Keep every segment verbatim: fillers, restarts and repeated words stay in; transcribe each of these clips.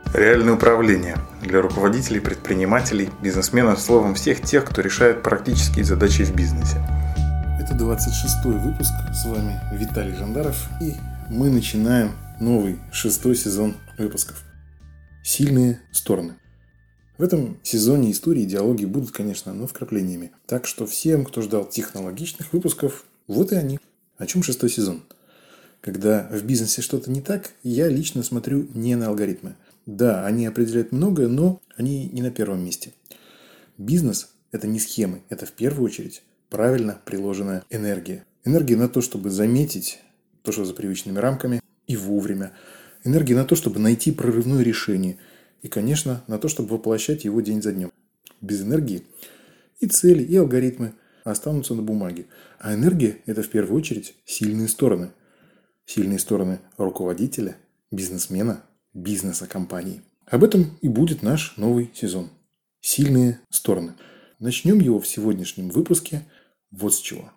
Реальное управление для руководителей, предпринимателей, бизнесменов, словом, всех тех, кто решает практические задачи в бизнесе. Это двадцать шестой выпуск, с вами Виталий Жандаров, и мы начинаем новый шестой сезон выпусков. Сильные стороны. В этом сезоне истории и диалоги будут, конечно, но вкраплениями. Так что всем, кто ждал технологичных выпусков, вот и они. О чем шестой сезон? Когда в бизнесе что-то не так, я лично смотрю не на алгоритмы. Да, они определяют многое, но они не на первом месте. Бизнес – это не схемы, это в первую очередь правильно приложенная энергия. Энергия на то, чтобы заметить то, что за привычными рамками, и вовремя. Энергия на то, чтобы найти прорывное решение. И, конечно, на то, чтобы воплощать его день за днем. Без энергии и цели, и алгоритмы останутся на бумаге. А энергия – это в первую очередь сильные стороны. Сильные стороны руководителя, бизнесмена, бизнеса компании. Об этом и будет наш новый сезон. Сильные стороны. Начнем его в сегодняшнем выпуске вот с чего.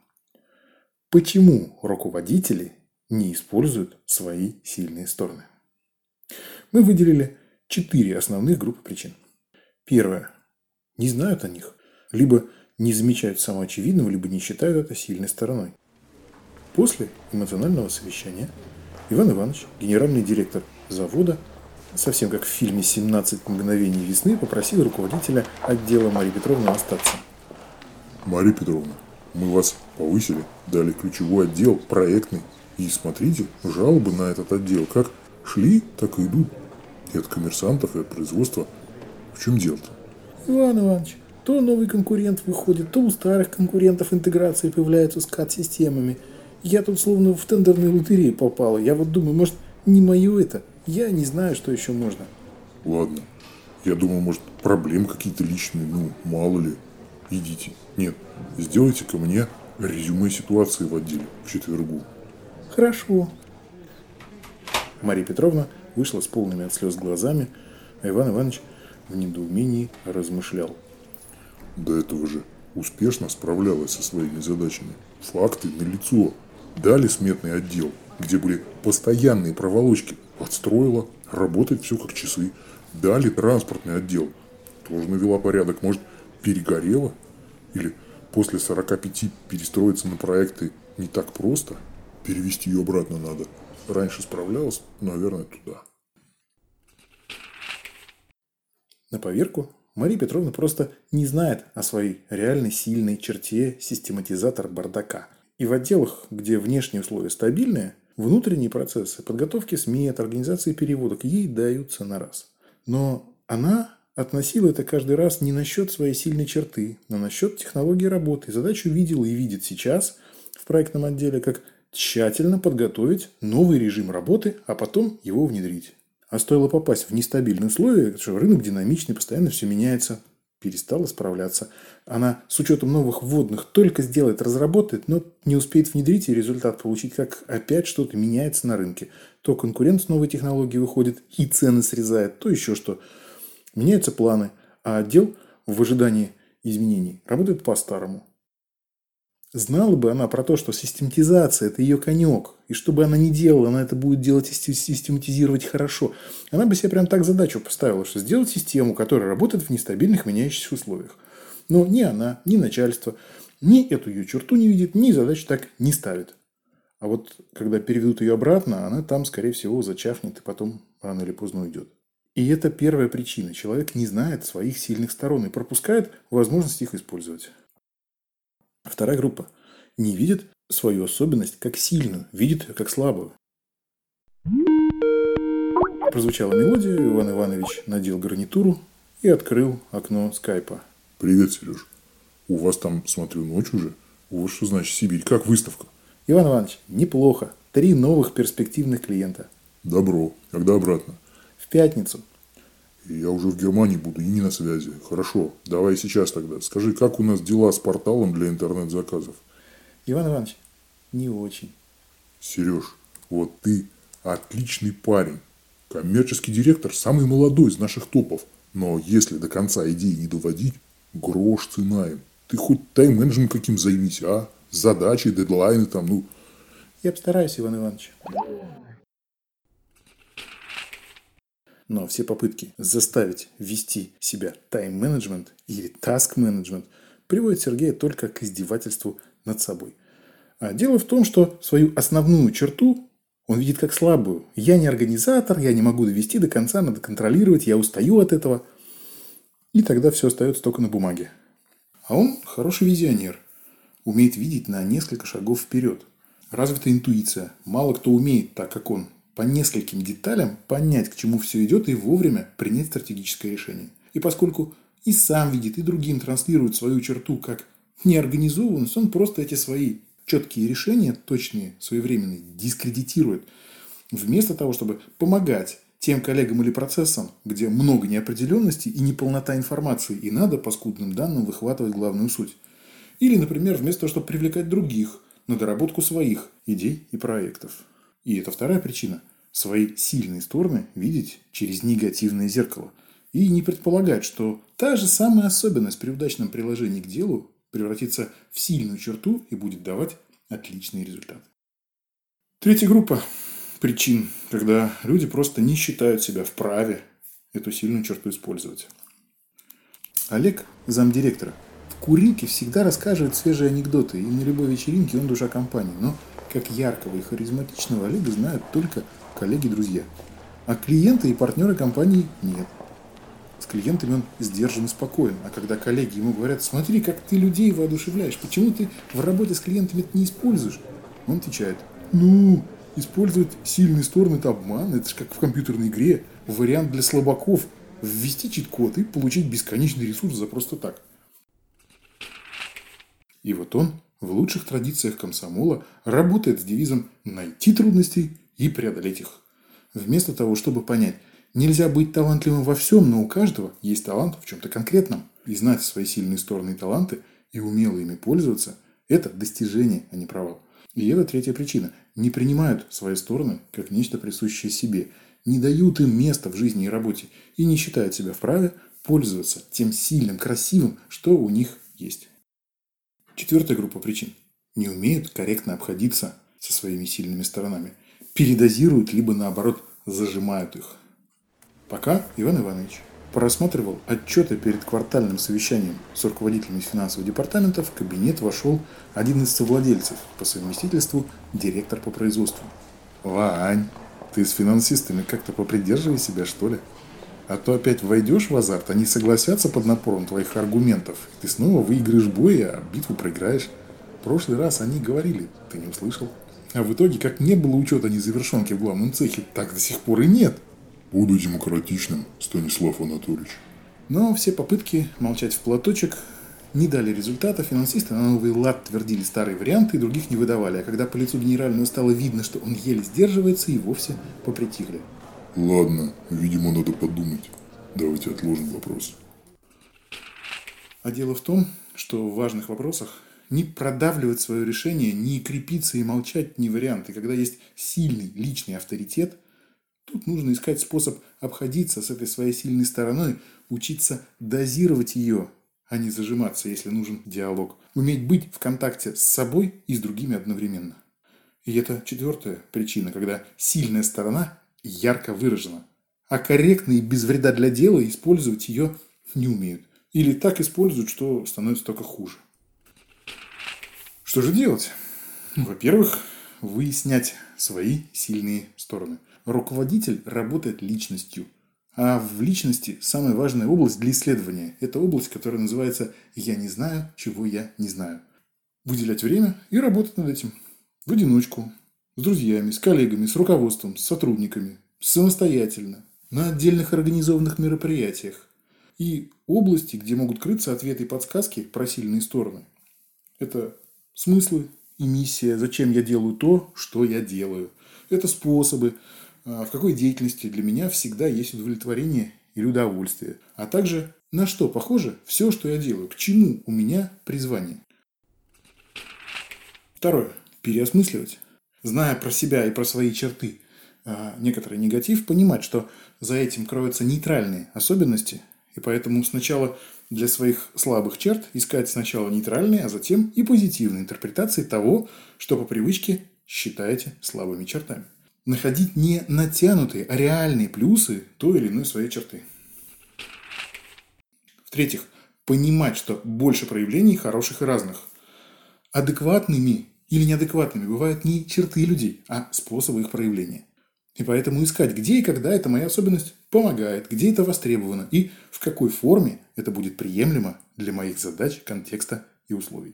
Почему руководители не используют свои сильные стороны? Мы выделили четыре основных группы причин. Первое. Не знают о них. Либо не замечают самоочевидного, либо не считают это сильной стороной. После эмоционального совещания Иван Иванович, генеральный директор завода, совсем как в фильме «семнадцать мгновений весны», попросил руководителя отдела Марию Петровну остаться. Мария Петровна, мы вас повысили, дали ключевой отдел, проектный. И смотрите, жалобы на этот отдел как шли, так и идут. И от коммерсантов, и от производства. В чем дело-то? Иван Иванович, то новый конкурент выходит, то у старых конкурентов интеграции появляются с кат-системами. Я тут словно в тендерную лотерею попала. Я вот думаю, может, не мое это? Я не знаю, что еще можно. Ладно. Я думал, может, проблемы какие-то личные, ну, мало ли. Идите. Нет, сделайте ко мне резюме ситуации в отделе в четвергу. Хорошо. Мария Петровна вышла с полными от слез глазами, а Иван Иванович в недоумении размышлял. До этого же успешно справлялась со своими задачами. Факты налицо. Дали сметный отдел, где были постоянные проволочки. Отстроила, работает все как часы. Дали транспортный отдел. Тоже навела порядок. Может, перегорела? Или после сорока пяти перестроиться на проекты не так просто? Перевести ее обратно надо. Раньше справлялась, наверное, туда. На поверку Мария Петровна просто не знает о своей реальной сильной черте систематизатор бардака. И в отделах, где внешние условия стабильные, внутренние процессы подготовки смет, организации переводок ей даются на раз. Но она относила это каждый раз не насчет своей сильной черты, но насчет технологии работы. Задачу видела и видит сейчас в проектном отделе, как тщательно подготовить новый режим работы, а потом его внедрить. А стоило попасть в нестабильные условия, что рынок динамичный, постоянно все меняется, перестала справляться. Она с учетом новых вводных только сделает, разработает, но не успеет внедрить и результат получить, как опять что-то меняется на рынке. То конкурент с новой технологией выходит и цены срезает, то еще что. Меняются планы, а отдел в ожидании изменений работает по-старому. Знала бы она про то, что систематизация – это ее конек, и что бы она ни делала, она это будет делать и систематизировать хорошо. Она бы себе прям так задачу поставила, что сделать систему, которая работает в нестабильных меняющихся условиях. Но ни она, ни начальство, ни эту ее черту не видит, ни задачу так не ставит. А вот когда переведут ее обратно, она там, скорее всего, зачахнет и потом рано или поздно уйдет. И это первая причина. Человек не знает своих сильных сторон и пропускает возможность их использовать. Вторая группа не видит свою особенность как сильную, видит ее как слабую. Прозвучала мелодия, Иван Иванович надел гарнитуру и открыл окно скайпа. Привет, Сереж. У вас там, смотрю, ночь уже. Вот что значит Сибирь. Как выставка? Иван Иванович, неплохо. Три новых перспективных клиента. Добро. Когда обратно? В пятницу. Я уже в Германии буду и не на связи. Хорошо, давай сейчас тогда. Скажи, как у нас дела с порталом для интернет-заказов? Иван Иванович, не очень. Сереж, вот ты отличный парень. Коммерческий директор самый молодой из наших топов. Но если до конца идеи не доводить, грош цена им. Ты хоть тайм-менеджмент каким займись, а? Задачи, дедлайны там, ну... Я постараюсь, Иван Иванович. Но все попытки заставить вести себя тайм-менеджмент или таск-менеджмент приводят Сергея только к издевательству над собой. А дело в том, что свою основную черту он видит как слабую. Я не организатор, я не могу довести до конца, надо контролировать, я устаю от этого. И тогда все остается только на бумаге. А он хороший визионер. Умеет видеть на несколько шагов вперед. Развита интуиция. Мало кто умеет так, как он. По нескольким деталям понять, к чему все идет, и вовремя принять стратегическое решение. И поскольку и сам видит, и другим транслирует свою черту как неорганизованность, он просто эти свои четкие решения, точные, своевременные, дискредитирует. Вместо того, чтобы помогать тем коллегам или процессам, где много неопределенности и неполнота информации, и надо по скудным данным выхватывать главную суть. Или, например, вместо того, чтобы привлекать других на доработку своих идей и проектов. И это вторая причина. Свои сильные стороны видеть через негативное зеркало. И не предполагать, что та же самая особенность при удачном приложении к делу превратится в сильную черту и будет давать отличные результаты. Третья группа причин, когда люди просто не считают себя вправе эту сильную черту использовать. Олег, замдиректора, в курилке всегда рассказывает свежие анекдоты, и на любой вечеринке он душа компании. Но как яркого и харизматичного Олега знают только коллеги-друзья. А клиенты и партнеры компании нет. С клиентами он сдержан и спокоен. А когда коллеги ему говорят: смотри, как ты людей воодушевляешь, почему ты в работе с клиентами это не используешь? Он отвечает: ну, использовать сильные стороны – это обман, это же как в компьютерной игре. Вариант для слабаков – ввести чит-код и получить бесконечный ресурс за просто так. И вот он в лучших традициях комсомола работает с девизом «найти трудности и преодолеть их». Вместо того, чтобы понять, нельзя быть талантливым во всем, но у каждого есть талант в чем-то конкретном. И знать свои сильные стороны и таланты, и умело ими пользоваться – это достижение, а не провал. И это третья причина. Не принимают свои стороны как нечто присущее себе, не дают им места в жизни и работе и не считают себя вправе пользоваться тем сильным, красивым, что у них есть. Четвертая группа причин. Не умеют корректно обходиться со своими сильными сторонами. Передозируют, либо наоборот зажимают их. Пока Иван Иванович просматривал отчеты перед квартальным совещанием с руководителями финансового департамента, в кабинет вошел один из совладельцев, по совместительству директор по производству. «Вань, ты с финансистами как-то попридерживай себя, что ли? А то опять войдешь в азарт, они согласятся под напором твоих аргументов, и ты снова выиграешь бой, а битву проиграешь. В прошлый раз они говорили, ты не услышал. А в итоге, как не было учета незавершенки в главном цехе, так до сих пор и нет». Буду демократичным, Станислав Анатольевич. Но все попытки молчать в платочек не дали результата. Финансисты на новый лад твердили старые варианты и других не выдавали. А когда по лицу генерального стало видно, что он еле сдерживается, и вовсе попритихли. Ладно, видимо, надо подумать. Давайте отложим вопрос. А дело в том, что в важных вопросах не продавливать свое решение, не крепиться и молчать не вариант. И когда есть сильный личный авторитет, тут нужно искать способ обходиться с этой своей сильной стороной, учиться дозировать ее, а не зажиматься, если нужен диалог. Уметь быть в контакте с собой и с другими одновременно. И это четвертая причина, когда сильная сторона ярко выражена, а корректно и без вреда для дела использовать ее не умеют. Или так используют, что становится только хуже. Что же делать? Во-первых, выяснять свои сильные стороны. Руководитель работает личностью. А в личности самая важная область для исследования – это область, которая называется «я не знаю, чего я не знаю». Выделять время и работать над этим. В одиночку, с друзьями, с коллегами, с руководством, с сотрудниками, самостоятельно, на отдельных организованных мероприятиях. И области, где могут крыться ответы и подсказки про сильные стороны. Это смыслы и миссия, зачем я делаю то, что я делаю. Это способы, в какой деятельности для меня всегда есть удовлетворение или удовольствие. А также на что похоже все, что я делаю, к чему у меня призвание. Второе. Переосмысливать. Зная про себя и про свои черты некоторый негатив, понимать, что за этим кроются нейтральные особенности. И поэтому сначала для своих слабых черт искать сначала нейтральные, а затем и позитивные интерпретации того, что по привычке считаете слабыми чертами. находить не натянутые, а реальные плюсы той или иной своей черты. В-третьих, понимать, что больше проявлений хороших и разных. Адекватными или неадекватными бывают не черты людей, а способы их проявления. И поэтому искать, где и когда эта моя особенность помогает, где это востребовано и в какой форме это будет приемлемо для моих задач, контекста и условий.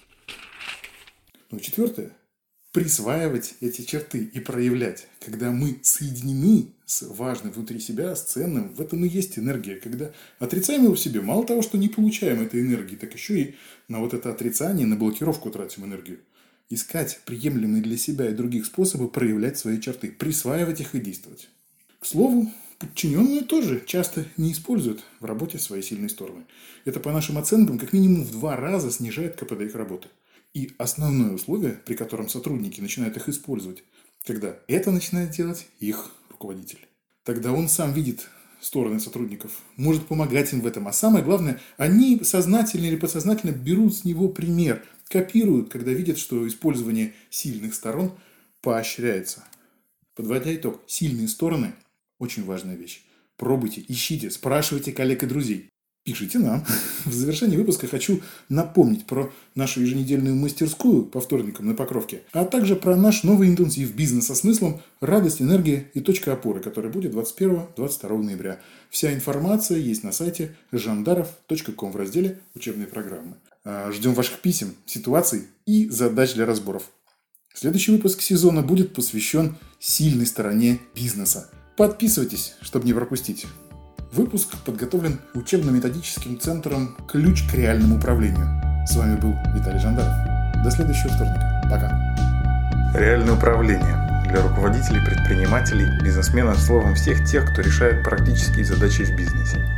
Ну и четвертое. Присваивать эти черты и проявлять. Когда мы соединены с важным внутри себя, с ценным, в этом и есть энергия. Когда отрицаем его в себе, мало того, что не получаем этой энергии, так еще и на вот это отрицание, на блокировку тратим энергию. Искать приемлемые для себя и других способы проявлять свои черты, присваивать их и действовать. К слову, подчиненные тоже часто не используют в работе свои сильные стороны. Это по нашим оценкам как минимум в два раза снижает ка пэ дэ их работы. И основное условие, при котором сотрудники начинают их использовать, когда это начинает делать их руководитель. Тогда он сам видит стороны сотрудников, может помогать им в этом. А самое главное, они сознательно или подсознательно берут с него пример, копируют, когда видят, что использование сильных сторон поощряется. Подводя итог, сильные стороны – очень важная вещь. Пробуйте, ищите, спрашивайте коллег и друзей. Пишите нам. В завершении выпуска хочу напомнить про нашу еженедельную мастерскую по вторникам на Покровке, а также про наш новый интенсив «Бизнес со смыслом. Радость, энергия и точка опоры», который будет двадцать первого - двадцать второго ноября. Вся информация есть на сайте жандаров точка ком в разделе «Учебные программы». Ждем ваших писем, ситуаций и задач для разборов. Следующий выпуск сезона будет посвящен сильной стороне бизнеса. Подписывайтесь, чтобы не пропустить. Выпуск подготовлен учебно-методическим центром «Ключ к реальному управлению». С вами был Виталий Жандаров. До следующего вторника. Пока. Реальное управление для руководителей, предпринимателей, бизнесменов, словом, всех тех, кто решает практические задачи в бизнесе.